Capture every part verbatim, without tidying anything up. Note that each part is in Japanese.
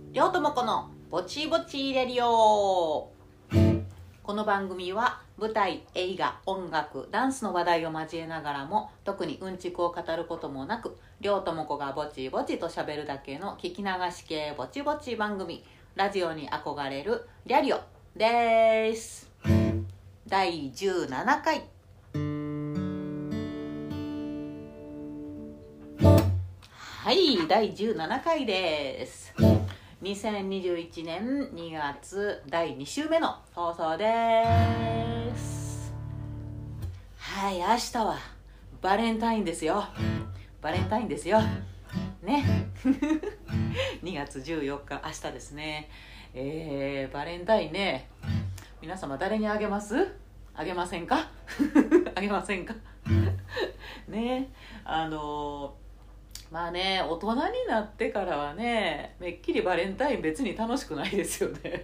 両友子のぼちぼちレディオ。この番組は舞台、映画、音楽、ダンスの話題を交えながらも特にうんちくを語ることもなく、両友子がぼちぼちと喋るだけの聞き流し系ぼちぼち番組、ラジオに憧れるリャリオです。だいじゅうななかい。はい、だいじゅうななかいです。にせんにじゅういちねんにがつだいにしゅうめの放送です。はい、明日はバレンタインですよ。バレンタインですよね。にがつじゅうよっか、明日ですね。えー、バレンタインね、皆様誰にあげます？あげませんか？あげませんか？ね、あのーまあね、大人になってからはね、めっきりバレンタイン別に楽しくないですよね。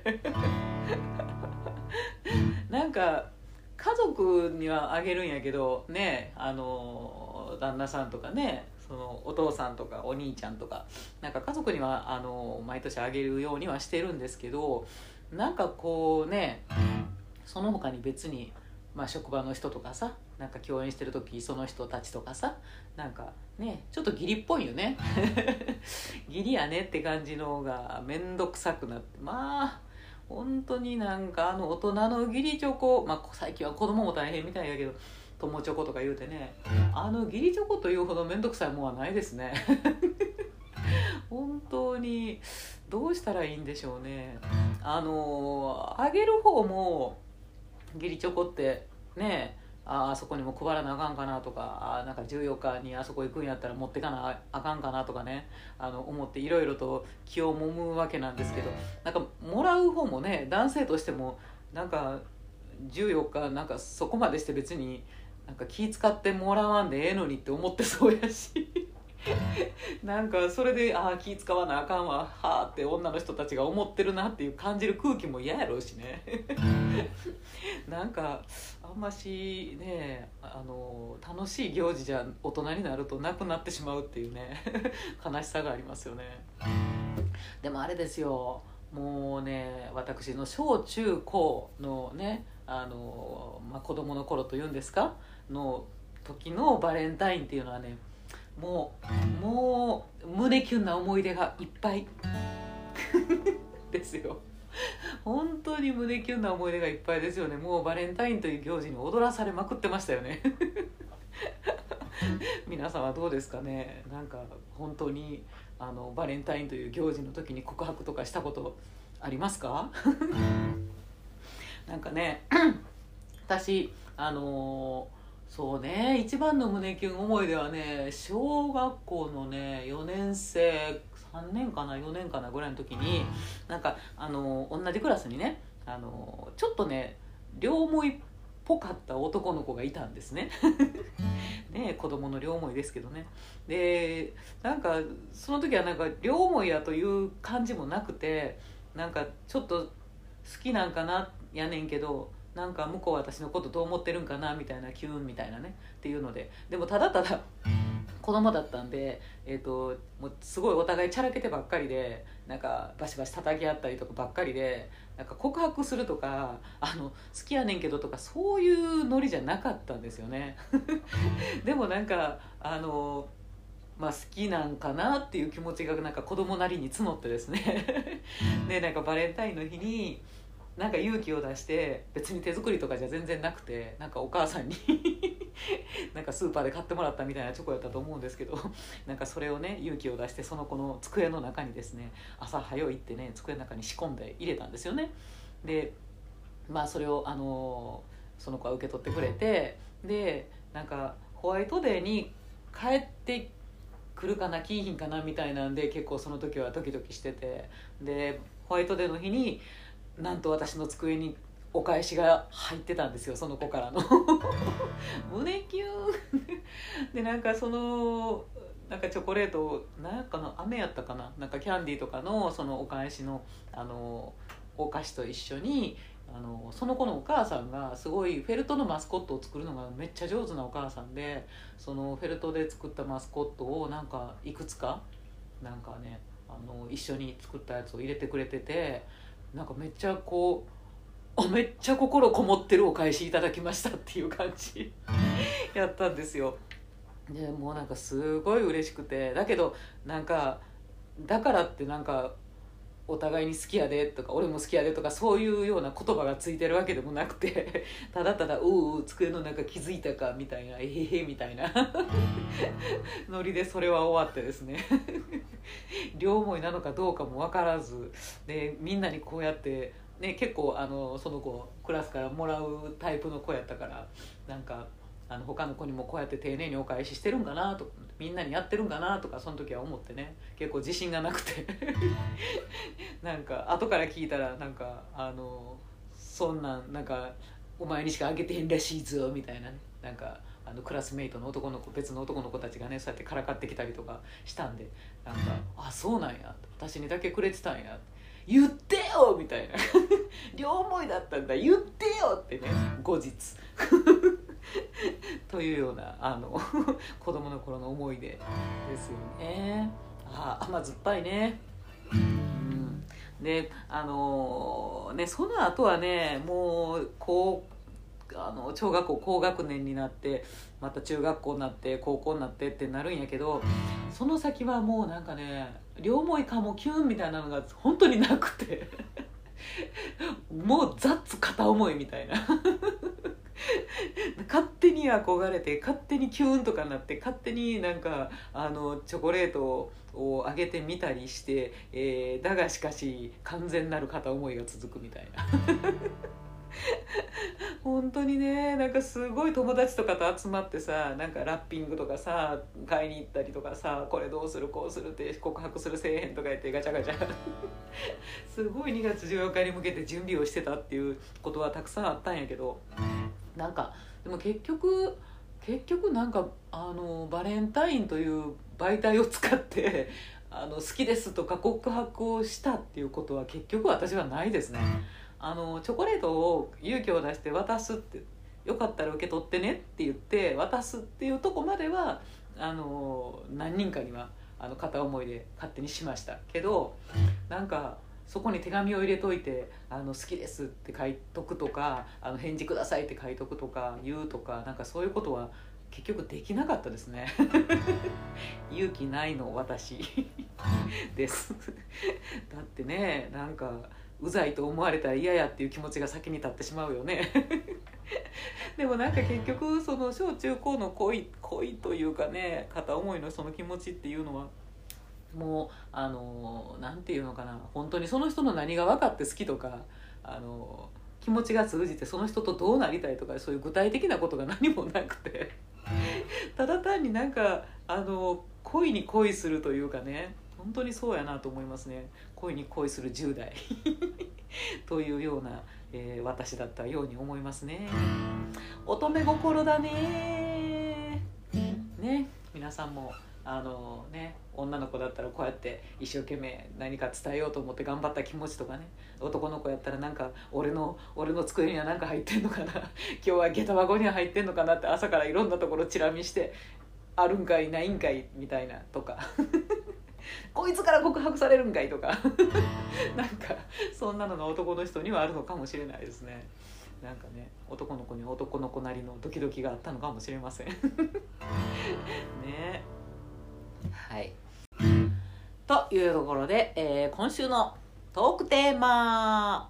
なんか家族にはあげるんやけどね、あの旦那さんとかね、そのお父さんとかお兄ちゃんとか、なんか家族にはあの毎年あげるようにはしてるんですけど、なんかこうね、その他に別に、まあ、職場の人とかさ、なんか共演してる時その人たちとかさ、なんかねちょっと義理っぽいよね。義理やねって感じのがめんどくさくなって、まあ本当になんかあの大人の義理チョコ、まあ最近は子供も大変みたいやけど、友チョコとか言うてね、あの義理チョコというほどめんどくさいもんはないですね。本当にどうしたらいいんでしょうね。あのあげる方も義理チョコってね、ああそこにも配らなあかんかなとか、あなんかじゅうよっかにあそこ行くんやったら持ってかなあかんかなとかね、あの思っていろいろと気をもむわけなんですけど、なんかもらう方もね、男性としてもなんかじゅうよっかなんかそこまでして別になんか気使ってもらわんでええのにって思ってそうやし。なんかそれでああ気使わなあかんわはあって女の人たちが思ってるなっていう感じる空気も嫌やろうしね。なんかあんましね、あの楽しい行事じゃ大人になるとなくなってしまうっていうね。悲しさがありますよね。でもあれですよ、もうね、私の小中高のね、あの、まあ、子供の頃というんですかの時のバレンタインっていうのはね、もうもう胸キュンな思い出がいっぱいですよ。本当に胸キュンな思い出がいっぱいですよね。もうバレンタインという行事に踊らされまくってましたよね。皆さんはどうですかね。なんか本当にあのバレンタインという行事の時に告白とかしたことありますか？なんかね、私あのーそうね、一番の胸キュン思い出はね、小学校のねよねんせいさんねんかなよねんかなぐらいの時に、なんかあの同じクラスにね、あのちょっとね両思いっぽかった男の子がいたんですね。ね、子供の両思いですけどね。でなんかその時はなんか両思いやという感じもなくて、なんかちょっと好きなんかなやねんけど、なんか向こうは私のことどう思ってるんかなみたいなキュンみたいなねっていうので、でもただただ子供だったんで、えー、ともうすごいお互いチャラけてばっかりで、なんかバシバシ叩き合ったりとかばっかりで、なんか告白するとかあの好きやねんけどとかそういうノリじゃなかったんですよね。でもなんかあのまあ、好きなんかなっていう気持ちがなんか子供なりに募ってですね。でなんかバレンタインの日になんか勇気を出して、別に手作りとかじゃ全然なくて、なんかお母さんになんかスーパーで買ってもらったみたいなチョコやったと思うんですけど、なんかそれをね勇気を出してその子の机の中にですね、朝早いってね机の中に仕込んで入れたんですよね。でまあそれをあのその子は受け取ってくれて、でなんかホワイトデーに帰って来るかな来いひんかなみたいなんで、結構その時はドキドキしてて、でホワイトデーの日になんと私の机にお返しが入ってたんですよ、その子からの。胸キュン。でなんかそのなんかチョコレートなんかの飴やったかな、なんかキャンディーとかのそのお返しのあのお菓子と一緒に、あのその子のお母さんがすごいフェルトのマスコットを作るのがめっちゃ上手なお母さんで、そのフェルトで作ったマスコットをなんかいくつかなんかね、あの一緒に作ったやつを入れてくれてて、なんかめっちゃこうめっちゃ心こもってるお返しいただきましたっていう感じやったんですよ。でもうなんかすごい嬉しくて、だけどなんかだからってなんかお互いに好きやでとか俺も好きやでとかそういうような言葉がついてるわけでもなくてただただうう机の中気づいたかみたいなえへへみたいなノリでそれは終わってですね両思いなのかどうかも分からずで、みんなにこうやってね、結構あのその子クラスからもらうタイプの子やったから、なんかあの他の子にもこうやって丁寧にお返ししてるんかなとかみんなにやってるんかなとかその時は思ってね、結構自信がなくてなんか後から聞いたらなんかあのそんなんなんかお前にしかあげてへんらしいぞみたいなね、なんかあのクラスメイトの男の子別の男の子たちがねそうやってからかってきたりとかしたんで、なんかあそうなんや私にだけくれてたんや言ってよみたいな両思いだったんだ言ってよってね後日というようなあの子供の頃の思い出ですよね。あ甘酸っぱいね、うん、であのねその後はねもうこうあの小学校高学年になってまた中学校になって高校になってってなるんやけど、その先はもうなんかね両思いかもキュンみたいなのが本当になくてもうザッツ片思いみたいな勝手に憧れて勝手にキューンとかなって勝手になんかあのチョコレートをあげてみたりして、えー、だがしかし完全なる片思いが続くみたいな本当にねなんかすごい友達とかと集まってさ、なんかラッピングとかさ買いに行ったりとかさ、これどうするこうするって告白するせえへんとか言ってガチャガチャすごいにがつじゅうよっかに向けて準備をしてたっていうことはたくさんあったんやけど、なんかでも結局結局なんかあのバレンタインという媒体を使ってあの好きですとか告白をしたっていうことは結局私はないですね。あのチョコレートを勇気を出して渡すって、よかったら受け取ってねって言って渡すっていうとこまではあの何人かにはあの片思いで勝手にしましたけど、なんかそこに手紙を入れといてあの好きですって書いとくとかあの返事くださいって書いとくとか言うとかなんかそういうことは結局できなかったですね勇気ないの私ですだってねなんかうざいと思われたら嫌やっていう気持ちが先に立ってしまうよねでもなんか結局その小中高の恋恋というかね片思いのその気持ちっていうのはもうあのなんていうのかな、本当にその人の何が分かって好きとかあの気持ちが通じてその人とどうなりたいとかそういう具体的なことが何もなくてただ単になんかあの恋に恋するというかね、本当にそうやなと思いますね。恋に恋するじゅう代というような、えー、私だったように思いますね。乙女心だねね、皆さんもあのね、女の子だったらこうやって一生懸命何か伝えようと思って頑張った気持ちとかね、男の子やったらなんか俺の俺の机には何か入ってんのかな今日は下駄箱には入ってんのかなって朝からいろんなところチラ見してあるんかいないんかいみたいなとかこいつから告白されるんかいとかなんかそんなのが男の人にはあるのかもしれないですね。なんかね、男の子には男の子なりのドキドキがあったのかもしれませんね。はい、というところで、えー、今週のトークテーマ、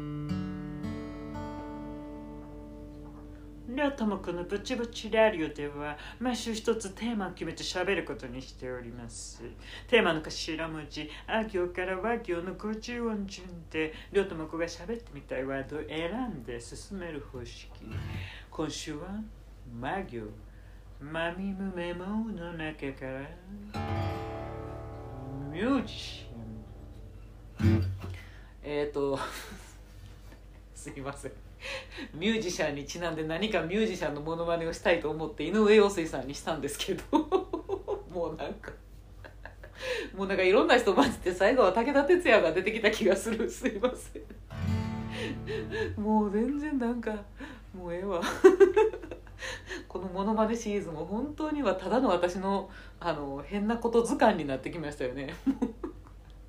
りょうともくのブチブチラリオでは毎週一つテーマを決めて喋ることにしております。テーマの頭文字あ行から和行のごじゅう音順でりょうともくが喋ってみたいワードを選んで進める方式。今週は魔行マミムメモの中からミュージシャンえっ、ー、とすいません、ミュージシャンにちなんで何かミュージシャンのモノマネをしたいと思って井上陽水さんにしたんですけどもうなんかもうなんかいろんな人混じって最後は武田鉄矢が出てきた気がする。すいませんもう全然なんかもうええわこのモノマネシリーズも本当にはただの私のあの変なこと図鑑になってきましたよね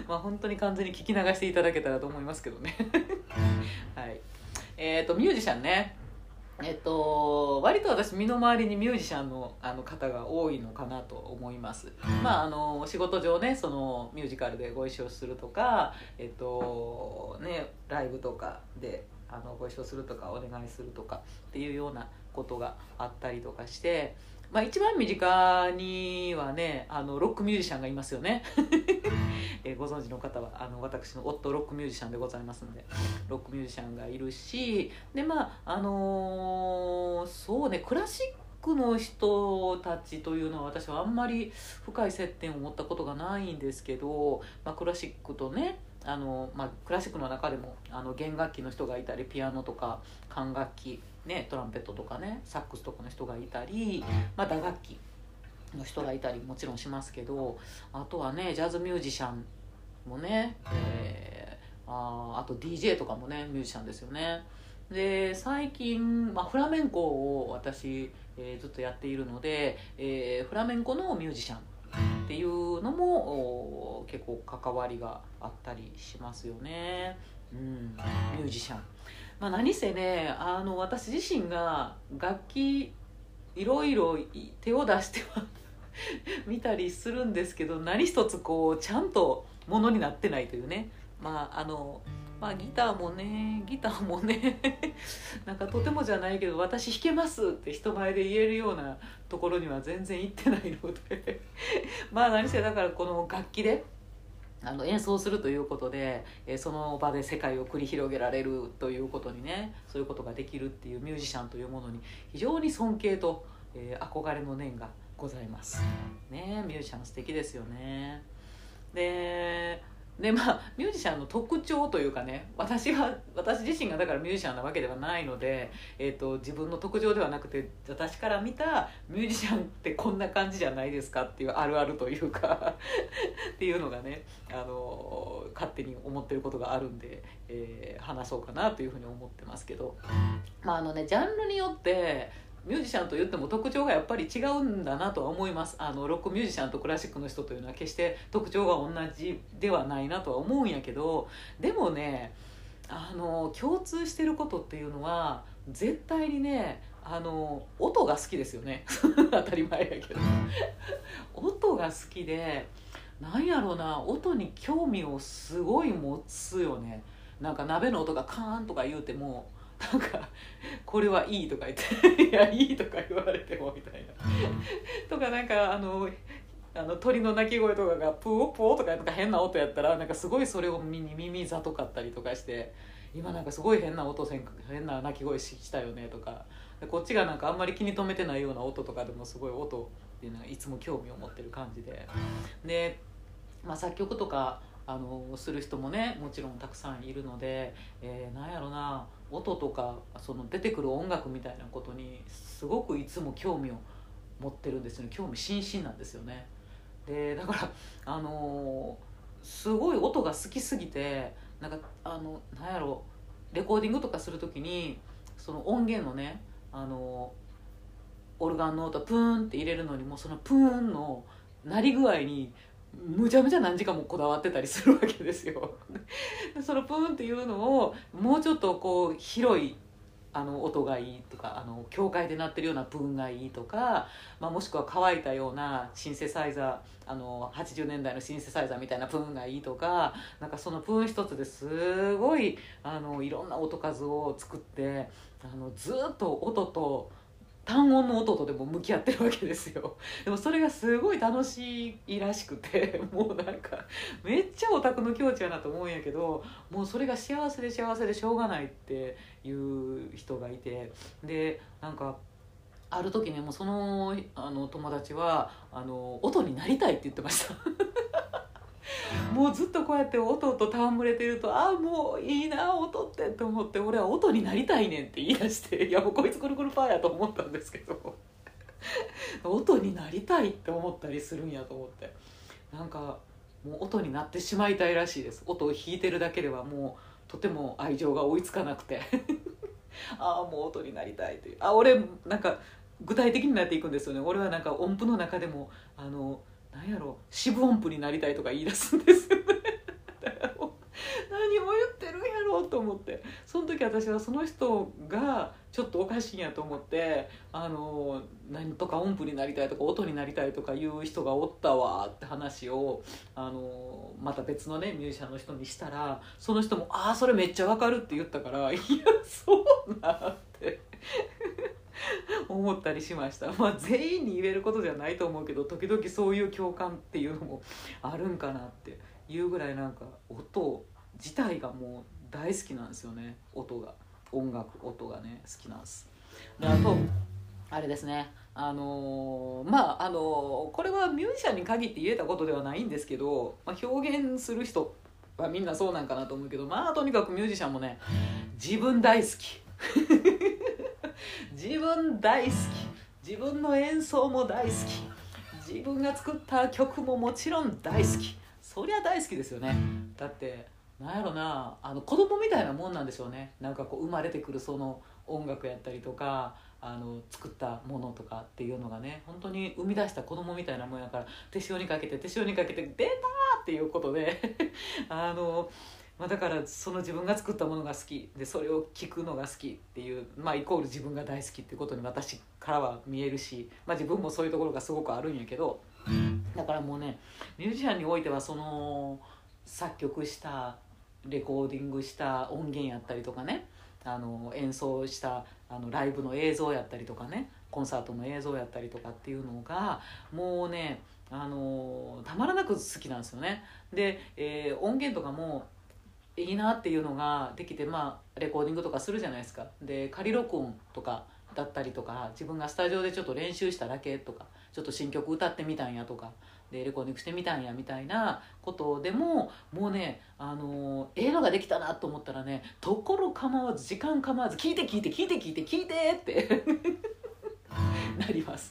まあ本当に完全に聞き流していただけたらと思いますけどねはいえーとミュージシャンねえっと、割と私身の回りにミュージシャンの、あの方が多いのかなと思います。まああの仕事上ねそのミュージカルでご一緒するとか、えっとね、ライブとかであのご一緒するとかお願いするとかっていうようなことがあったりとかして、まあ、一番身近にはねあのロックミュージシャンがいますよねえご存知の方はあの私の夫ロックミュージシャンでございますのでロックミュージシャンがいるしでまああのー、そうねクラシックの人たちというのは私はあんまり深い接点を持ったことがないんですけど、まあ、クラシックとねあの、まあ、クラシックの中でもあの弦楽器の人がいたりピアノとか管楽器、ね、トランペットとかねサックスとかの人がいたり、まあ、打楽器の人がいたりもちろんしますけどあとはねジャズミュージシャンもね、えー、あ, あと ディージェー とかもねミュージシャンですよね。で最近、まあ、フラメンコを私、えー、ずっとやっているので、えー、フラメンコのミュージシャンっていうのも結構関わりがあったりしますよね、うん、ミュージシャン、まあ、何せねあの私自身が楽器いろいろ手を出しては見たりするんですけど何一つこうちゃんとものになってないというねまああのまあギターもねギターもねなんかとてもじゃないけど私弾けますって人前で言えるようなところには全然行ってないのでまあ何せだからこの楽器であの演奏するということで、えー、その場で世界を繰り広げられるということにねそういうことができるっていうミュージシャンというものに非常に尊敬と、えー、憧れの念がございますね。ミュージシャン素敵ですよね。ででまあミュージシャンの特徴というかね私は私自身がだからミュージシャンなわけではないので、えーと、自分の特徴ではなくて私から見たミュージシャンってこんな感じじゃないですかっていうあるあるというかっていうのがねあの勝手に思ってることがあるんで、えー、話そうかなというふうに思ってますけど、まああのねジャンルによってミュージシャンと言っても特徴がやっぱり違うんだなとは思います。あのロックミュージシャンとクラシックの人というのは決して特徴が同じではないなとは思うんやけどでもねあの共通してることっていうのは絶対にねあの音が好きですよね当たり前やけど音が好きでなんやろうな音に興味をすごい持つよね。なんか鍋の音がカーンとか言うてもなんかこれはいいとか言っていやいいとか言われてもみたいなとかなんかあのあの鳥の鳴き声とかがプオプオとかなんか変な音やったらなんかすごいそれを耳耳ざとかったりとかして今なんかすごい変な音せん変な鳴き声したよねとかでこっちがなんかあんまり気に留めてないような音とかでもすごい音っていうのはいつも興味を持ってる感じでで、まあ、作曲とかあのする人もねもちろんたくさんいるので、えー、なんやろな音とかその出てくる音楽みたいなことにすごくいつも興味を持ってるんですよね。興味津々なんですよね。でだからあのー、すごい音が好きすぎてなんかあのなんやろレコーディングとかするときにその音源のねあのー、オルガンの音プーンって入れるのにもそのプーンの鳴り具合にむちゃむちゃ何時間もこだわってたりするわけですよそのプーンっていうのをもうちょっとこう広いあの音がいいとかあの教会で鳴ってるようなプーンがいいとか、まあ、もしくは乾いたようなシンセサイザーあのはちじゅうねんだいのシンセサイザーみたいなプーンがいいとかなんかそのプーン一つですごいあのいろんな音数を作ってあのずっと音と単音の音とでも向き合ってるわけですよ。でもそれがすごい楽しいらしくてもうなんかめっちゃオタクの境地やなと思うんやけどもうそれが幸せで幸せでしょうがないっていう人がいてでなんかある時ねもうその、あの友達はあの音になりたいって言ってましたもうずっとこうやって音と戯れてるとああもういいな音ってと思って俺は音になりたいねんって言い出していやもうこいつくるくるパーやと思ったんですけど音になりたいって思ったりするんやと思ってなんかもう音になってしまいたいらしいです。音を弾いてるだけではもうとても愛情が追いつかなくてああもう音になりたいというあ俺なんか具体的になっていくんですよね。俺はなんか音符の中でもあのなんやろ四分音符になりたいとか言い出すんですよねと思って、その時私はその人がちょっとおかしいんやと思って、あの何とか音符になりたいとか音になりたいとかいう人がおったわって話をあのまた別のねミュージシャンの人にしたら、その人も「ああそれめっちゃわかる」って言ったから「いやそうな」って思ったりしました。まあ全員に言えることじゃないと思うけど、時々そういう共感っていうのもあるんかなっていうぐらい、なんか音自体がもう大好きなんですよね。音が音楽音がね好きなんです。であとあれですね、あのー、まああのー、これはミュージシャンに限って言えたことではないんですけど、まあ、表現する人はみんなそうなんかなと思うけど、まあとにかくミュージシャンもね自分大好き自分大好き、自分の演奏も大好き、自分が作った曲ももちろん大好き。そりゃ大好きですよね。だってなんやろな、あの子供みたいなもんなんでしょうね。なんかこう生まれてくるその音楽やったりとか、あの作ったものとかっていうのがね、本当に生み出した子供みたいなもんやから、手塩にかけて手塩にかけて出たーっていうことであのまあ、だからその自分が作ったものが好きで、それを聴くのが好きっていう、まあ、イコール自分が大好きっていうことに私からは見えるし、まあ、自分もそういうところがすごくあるんやけど、だからもうねミュージシャンにおいてはその作曲したレコーディングした音源やったりとかね、あの演奏したあのライブの映像やったりとかね、コンサートの映像やったりとかっていうのがもうねあのたまらなく好きなんですよね。で、えー、音源とかもいいなっていうのができて、まあレコーディングとかするじゃないですか。で仮録音とかだったりとか、自分がスタジオでちょっと練習しただけとか、ちょっと新曲歌ってみたんやとかでレコーディングしてみたんやみたいなことでも、もうねあのええのができたなと思ったらね、ところ構わず時間構わず聞いて聞いて聞いて聞いて聞いてってなります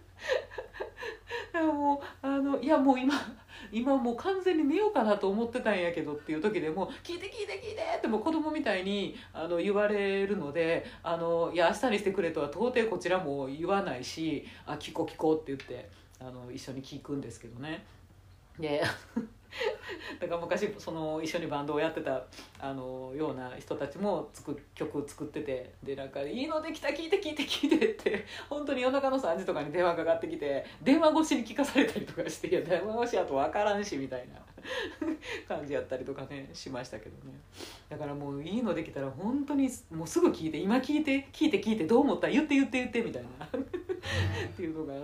もうあのいやもう今今もう完全に寝ようかなと思ってたんやけどっていう時でも聞いて聞いて聞いてってもう子供みたいにあの言われるので、あのいや明日にしてくれとは到底こちらも言わないし、あ聞こう聞こうって言ってあの一緒に聞くんですけどね。でだから昔その一緒にバンドをやってたあのような人たちもつく曲作ってて、でなんか「いいのできた聞いて聞いて聞いて」って本当に夜中のさんじとかに電話かかってきて、電話越しに聞かされたりとかして、いや電話越しやと分からんしみたいな感じやったりとかねしましたけどね。だからもういいのできたら本当にもうすぐ聞いて、今聞いて聞いて聞いてどう思った言って言って言ってみたいなっていうのがあって、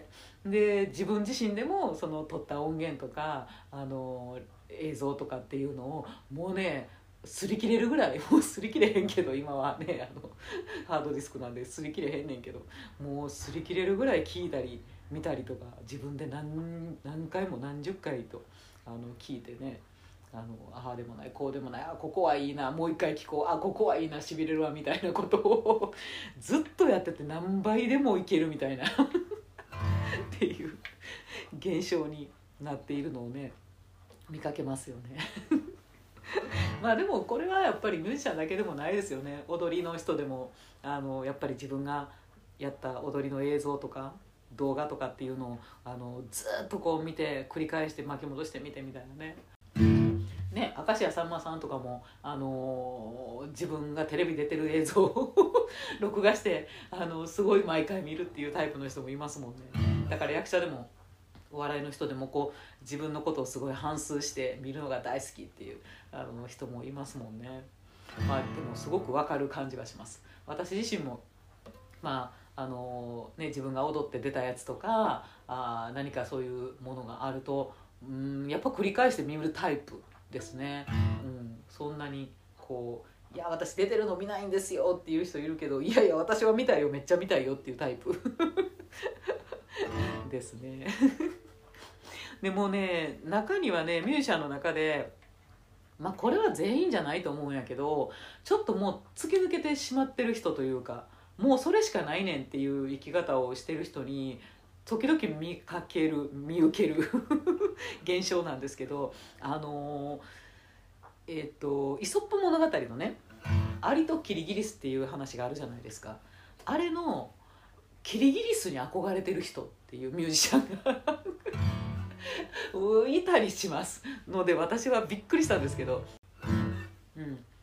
で自分自身でもその撮った音源とかあの映像とかっていうのをもうね擦り切れるぐらい、もう擦り切れへんけど今はねあのハードディスクなんで擦り切れへんねんけど、もう擦り切れるぐらい聞いたり見たりとか自分で 何, 何回も何十回とあの聞いてね、あのああでもないこうでもない、あここはいいな、もう一回聞こう、あここはいいな、しびれるわみたいなことをずっとやってて何倍でもいけるみたいなっていう現象になっているのをね見かけますよねまあでもこれはやっぱりミュージシャンだけでもないですよね。踊りの人でもあのやっぱり自分がやった踊りの映像とか動画とかっていうのをあのずっとこう見て繰り返して巻き戻してみてみたいなね。ね、明石家さんまさんとかも、あのー、自分がテレビ出てる映像を録画してあのすごい毎回見るっていうタイプの人もいますもんね。だから役者でもお笑いの人でもこう自分のことをすごい反芻して見るのが大好きっていうあの人もいますもんね。まあでもすごくわかる感じがします。私自身もまああのね、自分が踊って出たやつとかあ何かそういうものがあるとうんやっぱ繰り返して見るタイプですね。うん、そんなにこういや私出てるの見ないんですよっていう人いるけど、いやいや私は見たいよめっちゃ見たいよっていうタイプですねでもね中にはねミュージシャンの中でまあこれは全員じゃないと思うんやけど、ちょっともう突き抜けてしまってる人というか、もうそれしかないねんっていう生き方をしてる人に時々見かける見受ける現象なんですけど、あのー、えっ、ー、とイソップ物語のねアリとキリギリスっていう話があるじゃないですか。あれのキリギリスに憧れてる人っていうミュージシャンがいたりしますので、私はびっくりしたんですけど、うん、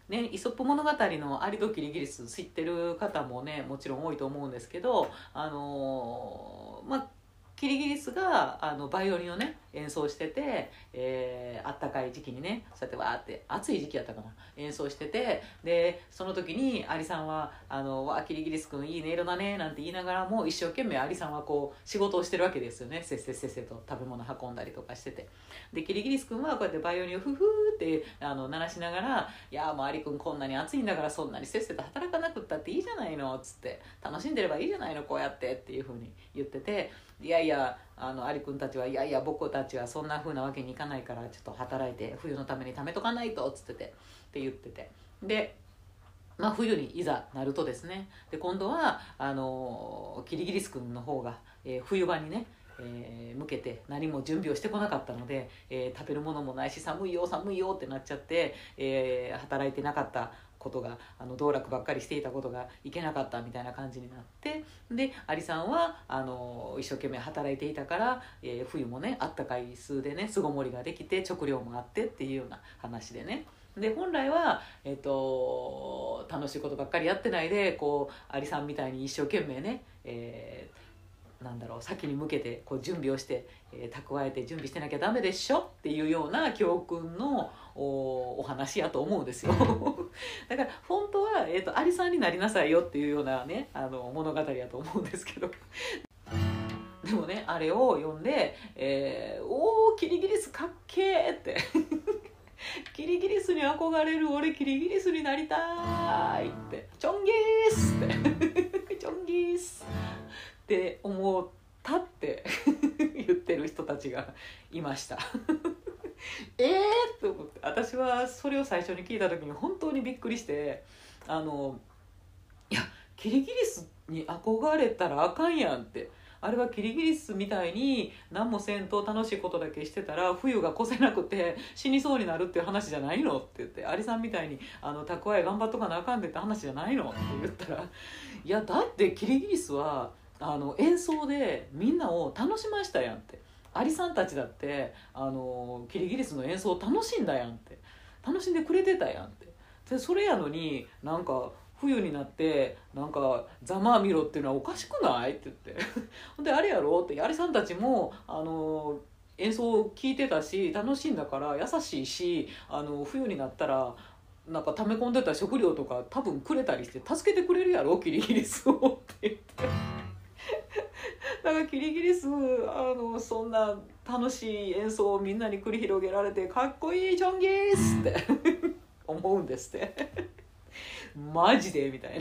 ね、イソップ物語のアリとキリギリス知ってる方もねもちろん多いと思うんですけど、あのー、まあキリギリスがあのバイオリンをね演奏してて、えー、あったかい時期にねそうやってわーって暑い時期やったかな演奏してて、でその時にアリさんはあのわーキリギリスくんいい音色だねなんて言いながらも一生懸命アリさんはこう仕事をしてるわけですよね。せっせっせっせと食べ物運んだりとかしてて、でキリギリスくんはこうやってバイオリンをフフーってあの鳴らしながら、いやーもうアリくんこんなに暑いんだからそんなにせっせと働かなくったっていいじゃないのっつって、楽しんでればいいじゃないのこうやってっていう風に言ってて、いやいやあのアリくんたちはいやいや僕たちはそんな風なわけにいかないからちょっと働いて冬のために貯めとかないとっつっててって言ってて、でまあ冬にいざなるとですね、で今度はあのキリギリスくんの方が、えー、冬場にねえー、向けて何も準備をしてこなかったので、えー、食べるものもないし寒いよ寒いよってなっちゃって、えー、働いてなかったことがあの道楽ばっかりしていたことがいけなかったみたいな感じになって、でアリさんはあの一生懸命働いていたから、えー、冬もねあったかい巣でね巣ごもりができて食料もあってっていうような話でね、で本来は、えー、と楽しいことばっかりやってないでこうアリさんみたいに一生懸命ね、えーなんだろう先に向けてこう準備をして、えー、蓄えて準備してなきゃダメでしょっていうような教訓の お, お話やと思うんですよだから本当は、えーと、アリさんになりなさいよっていうようなねあの物語やと思うんですけどでもねあれを読んで、えー、おーキリギリスかっけーってキリギリスに憧れる俺キリギリスになりたいってチョンギースってチョンギースって思ったって言ってる人たちがいましたえーって思って、私はそれを最初に聞いた時に本当にびっくりして、あのいやキリギリスに憧れたらあかんやんって、あれはキリギリスみたいに何もせんと楽しいことだけしてたら冬が越せなくて死にそうになるっていう話じゃないのって言って、アリさんみたいにあの蓄え頑張っとかなあかんでって話じゃないのって言ったら、いやだってキリギリスはあの演奏でみんなを楽しましたやんって、アリさんたちだってあのキリギリスの演奏を楽しんだやんって、楽しんでくれてたやんって、でそれやのになんか冬になってなんかざまあみろっていうのはおかしくないって言ってほんであれやろってアリさんたちもあの演奏を聴いてたし楽しんだから優しいし、あの冬になったらなんか溜め込んでた食料とか多分くれたりして助けてくれるやろキリギリスをって言ってだからキリギリスあのそんな楽しい演奏をみんなに繰り広げられてかっこいいチョンギースって思うんですってマジでみたいな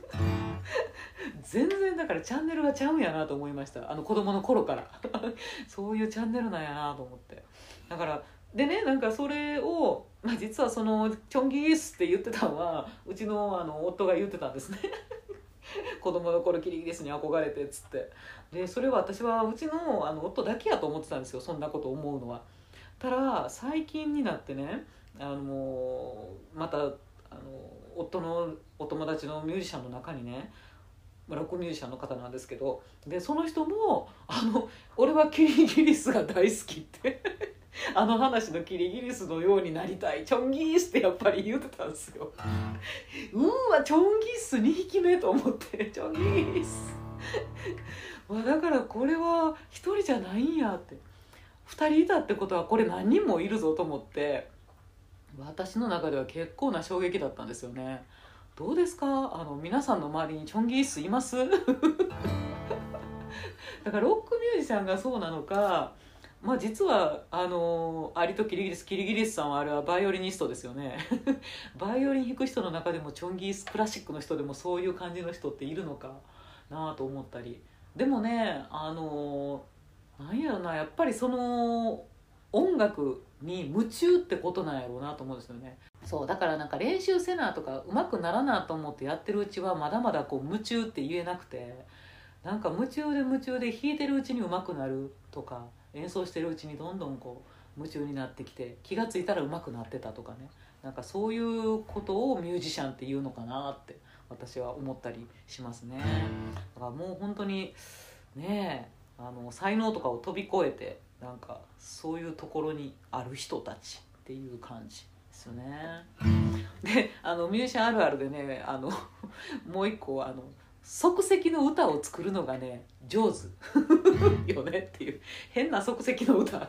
全然だからチャンネルがちゃうんやなと思いました、あの子供の頃からそういうチャンネルなんやなと思って、だからでねなんかそれを、まあ、実はそのチョンギースって言ってたのはうちの、あの夫が言ってたんですね子供の頃キリギリスに憧れてっつって、でそれは私はうち の, あの夫だけやと思ってたんですよ、そんなこと思うのは。ただ最近になってねあのまたあの夫のお友達のミュージシャンの中にねロックミュージシャンの方なんですけど、でその人もあの俺はキリギリスが大好きってあの話のキリギリスのようになりたいチョンギースってやっぱり言ってたんですよ。うーわチョンギースにひきめと思ってチョンギースだからこれは一人じゃないんやって、二人いたってことはこれ何人もいるぞと思って、私の中では結構な衝撃だったんですよね。どうですか、あの皆さんの周りにチョンギースいますだからロックミュージシャンがそうなのか、まあ、実はあのアリとキリギリスキリギリスさんはあれはバイオリニストですよねバイオリン弾く人の中でもチョンギースクラシックの人でもそういう感じの人っているのかなと思ったり、でもねあのなんやろな、やっぱりその音楽に夢中ってことなんやろうなと思うんですよね。そうだからなんか練習せなとか上手くならなと思ってやってるうちはまだまだこう夢中って言えなくて、なんか夢中で夢中で弾いてるうちに上手くなるとか演奏してるうちにどんどんこう夢中になってきて気がついたら上手くなってたとかね、なんかそういうことをミュージシャンっていうのかなって私は思ったりしますね。だからもう本当にねえあの才能とかを飛び越えてなんかそういうところにある人たちっていう感じでですよね。であのミュージシャンあるあるでね、あのもう一個あの即席の歌を作るのがね上手よねっていう変な即席の歌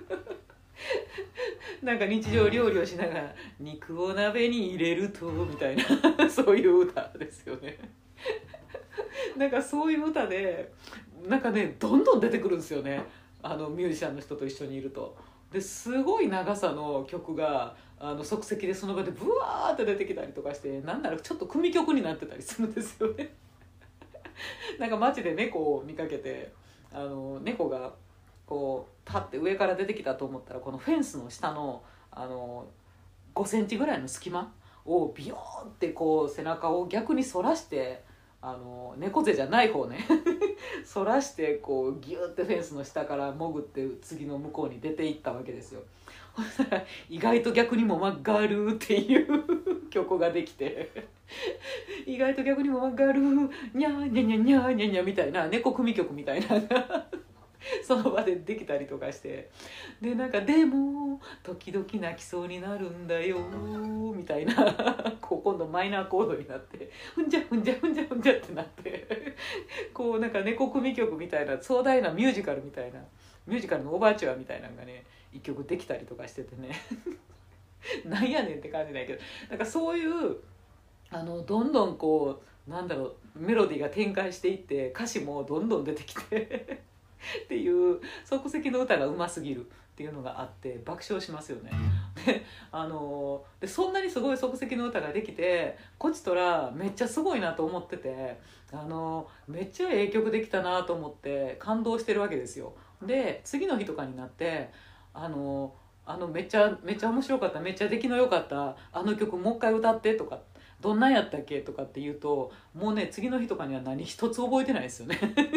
なんか日常料理をしながら肉を鍋に入れるとみたいなそういう歌ですよね。なんかそういう歌でなんかねどんどん出てくるんですよね、あのミュージシャンの人と一緒にいると。ですごい長さの曲があの即席でその場でブワーって出てきたりとかして、なんならちょっと組曲になってたりするんですよね。なんか街で猫を見かけて、あの猫がこうパッて上から出てきたと思ったら、このフェンスの下のあのごセンチぐらいの隙間をビヨーンってこう背中を逆に反らして、あの猫背じゃない方ね反らしてこうギューってフェンスの下から潜って次の向こうに出ていったわけですよ。ほんなら意外と逆にも曲がるっていう曲ができて意外と逆にも曲がるにゃーにゃにゃにゃーにゃにゃみたいな猫組曲みたいなのがその場でできたりとかして、でなんかでも時々泣きそうになるんだよみたいなこう今度マイナーコードになってふんじゃふんじゃふんじゃふんじゃってなってこうなんか猫組曲みたいな壮大なミュージカルみたいなミュージカルのオーバーチュアみたいなのがね一曲できたりとかしててねなんやねんって感じないけど、なんかそういうあのどんどんこうなんだろうメロディーが展開していって歌詞もどんどん出てきてっていう即席の歌がうますぎるっていうのがあって爆笑しますよね。であのでそんなにすごい即席の歌ができてこっちとらめっちゃすごいなと思ってて、あのめっちゃええ曲できたなと思って感動してるわけですよ。で次の日とかになってあのあのめっちゃめっちゃ面白かった、めっちゃ出来の良かったあの曲もう一回歌ってとか、どんなんやったっけとかって言うともうね次の日とかには何一つ覚えてないですよね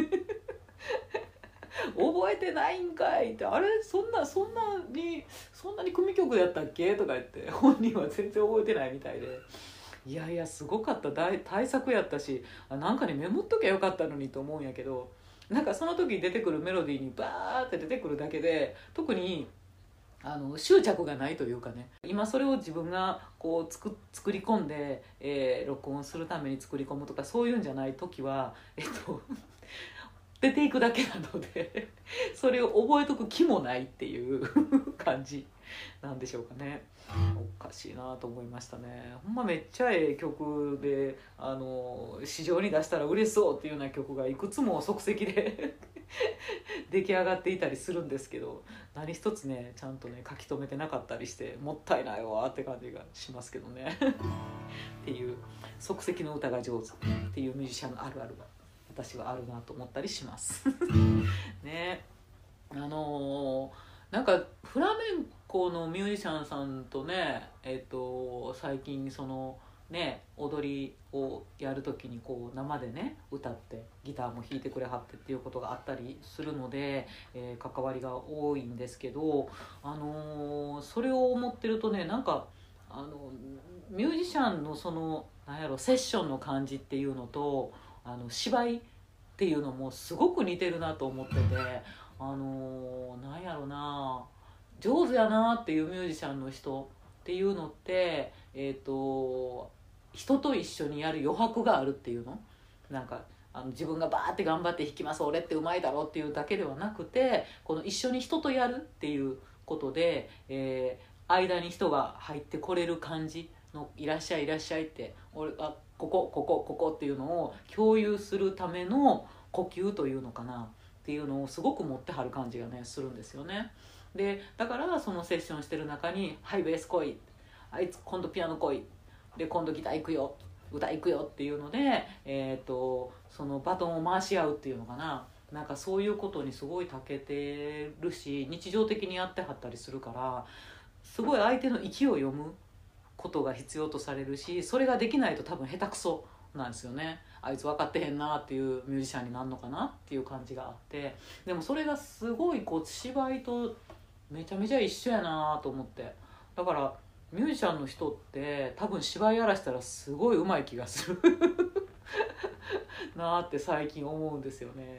覚えてないんかいって、あれそんなそんなにそんなに組曲やったっけとか言って本人は全然覚えてないみたいで、いやいやすごかった大大作やったし、あなんかにメモっときゃよかったのにと思うんやけど、なんかその時出てくるメロディーにバーって出てくるだけで特にあの執着がないというかね、今それを自分がこうつく作り込んで、えー、録音するために作り込むとかそういうんじゃない時はえっと出ていくだけなのでそれを覚えとく気もないっていう感じなんでしょうかね。おかしいなと思いましたね。ほんまめっちゃええ曲であの市場に出したら売れそうっていうような曲がいくつも即席で出来上がっていたりするんですけど、何一つねちゃんとね書き留めてなかったりしてもったいないわって感じがしますけどねっていう即席の歌が上手っていうミュージシャンのあるあるが私はあるなと思ったりしますね。あのー、なんかフラメンコのミュージシャンさんとね、えっと最近そのね踊りをやるときにこう生でね歌ってギターも弾いてくれはってっていうことがあったりするので、えー、関わりが多いんですけど、あのー、それを思ってるとね、なんかあのミュージシャンのそのなんやろセッションの感じっていうのとあの芝居っていうのもすごく似てるなと思ってて、あのー、なんやろな上手やなっていうミュージシャンの人っていうのって、えーと、人と一緒にやる余白があるっていうの、なんかあの自分がバーって頑張って弾きます俺ってうまいだろうっていうだけではなくて、この一緒に人とやるっていうことで、えー、間に人が入ってこれる感じのいらっしゃいいらっしゃいって俺あここここここっていうのを共有するための呼吸というのかなっていうのをすごく持ってはる感じがねするんですよね。でだからそのセッションしてる中に「はいベース来い」「あいつ今度ピアノ来い」で今度ギター行くよ歌行くよっていうので、えー、とそのバトンを回し合うっていうのかな、なんかそういうことにすごい長けてるし日常的にやってはったりするから、すごい相手の息を読むことが必要とされるし、それができないと多分下手くそなんですよね。あいつ分かってへんなっていうミュージシャンになるのかなっていう感じがあって、でもそれがすごいこう芝居とめちゃめちゃ一緒やなと思って、だからミュージシャンの人って多分芝居やらしたらすごい上手い気がするなって最近思うんですよね。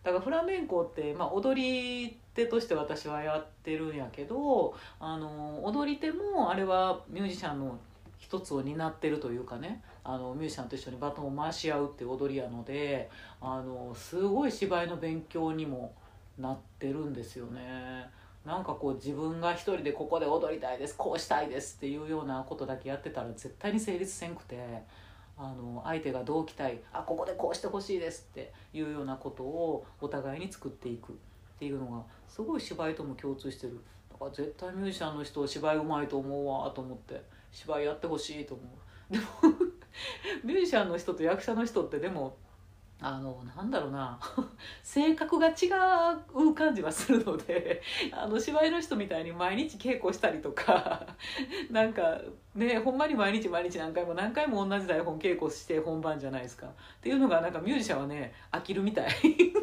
だからフラメンコって、まあ、踊り手として私はやってるんやけど、あの踊り手もあれはミュージシャンの一つを担ってるというかね、あのミュージシャンと一緒にバトンを回し合うっていう踊りやので、あのすごい芝居の勉強にもなってるんですよね。なんかこう自分が一人でここで踊りたいです、こうしたいですっていうようなことだけやってたら絶対に成立せんくて、あの相手がどう期待、あここでこうしてほしいですっていうようなことをお互いに作っていくっていうのがすごい芝居とも共通してる。だから絶対ミュージシャンの人芝居うまいと思うわと思って、芝居やってほしいと思う。でもミュージシャンの人と役者の人ってでもあのなんだろうな性格が違う感じはするので、あの芝居の人みたいに毎日稽古したりとかなんかね、ほんまに毎日毎日何回も何回も同じ台本稽古して本番じゃないですかっていうのがなんかミュージシャンはね飽きるみたい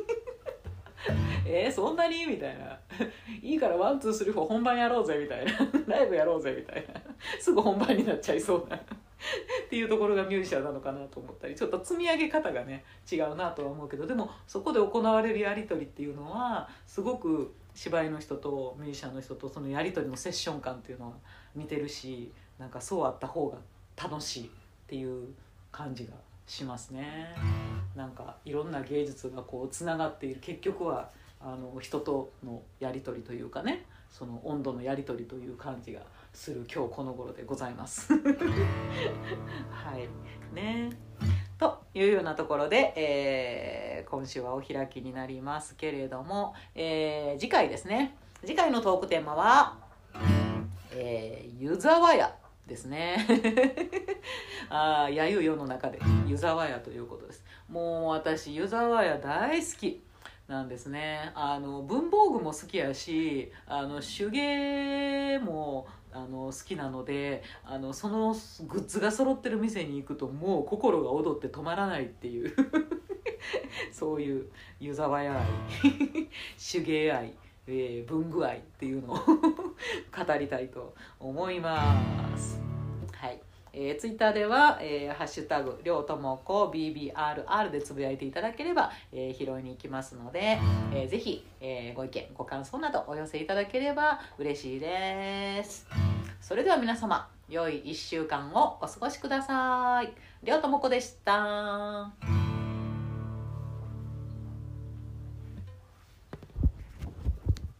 えー、そんなにみたいないいからワンツースリーフォー本番やろうぜみたいなライブやろうぜみたいなすぐ本番になっちゃいそうなっていうところがミュージシャンなのかなと思ったり、ちょっと積み上げ方がね違うなとは思うけど、でもそこで行われるやり取りっていうのはすごく芝居の人とミュージシャンの人とそのやり取りのセッション感っていうのは似てるし、なんかそうあった方が楽しいっていう感じがしますね。なんかいろんな芸術がこうつながっている、結局はあの人とのやり取りというかね、その温度のやり取りという感じがする今日この頃でございますはいね、というようなところで、えー、今週はお開きになりますけれども、えー、次回ですね、次回のトークテーマは、えー、湯沢屋ですねあやゆ世の中で湯沢屋ということです。もう私湯沢屋大好きなんですね。あの文房具も好きやし、あの手芸もあの好きなので、あのそのグッズが揃ってる店に行くともう心が躍って止まらないっていうそういう湯沢屋愛手芸愛、えー、文具愛っていうのを語りたいと思います。はい、えー、ツイッターでは、えー、ハッシュタグりょうともこ ビービーアールアール でつぶやいていただければ、えー、拾いに行きますので、えー、ぜひ、えー、ご意見ご感想などお寄せいただければ嬉しいです。それでは皆様良いいっしゅうかんをお過ごしください。りょうともこでした。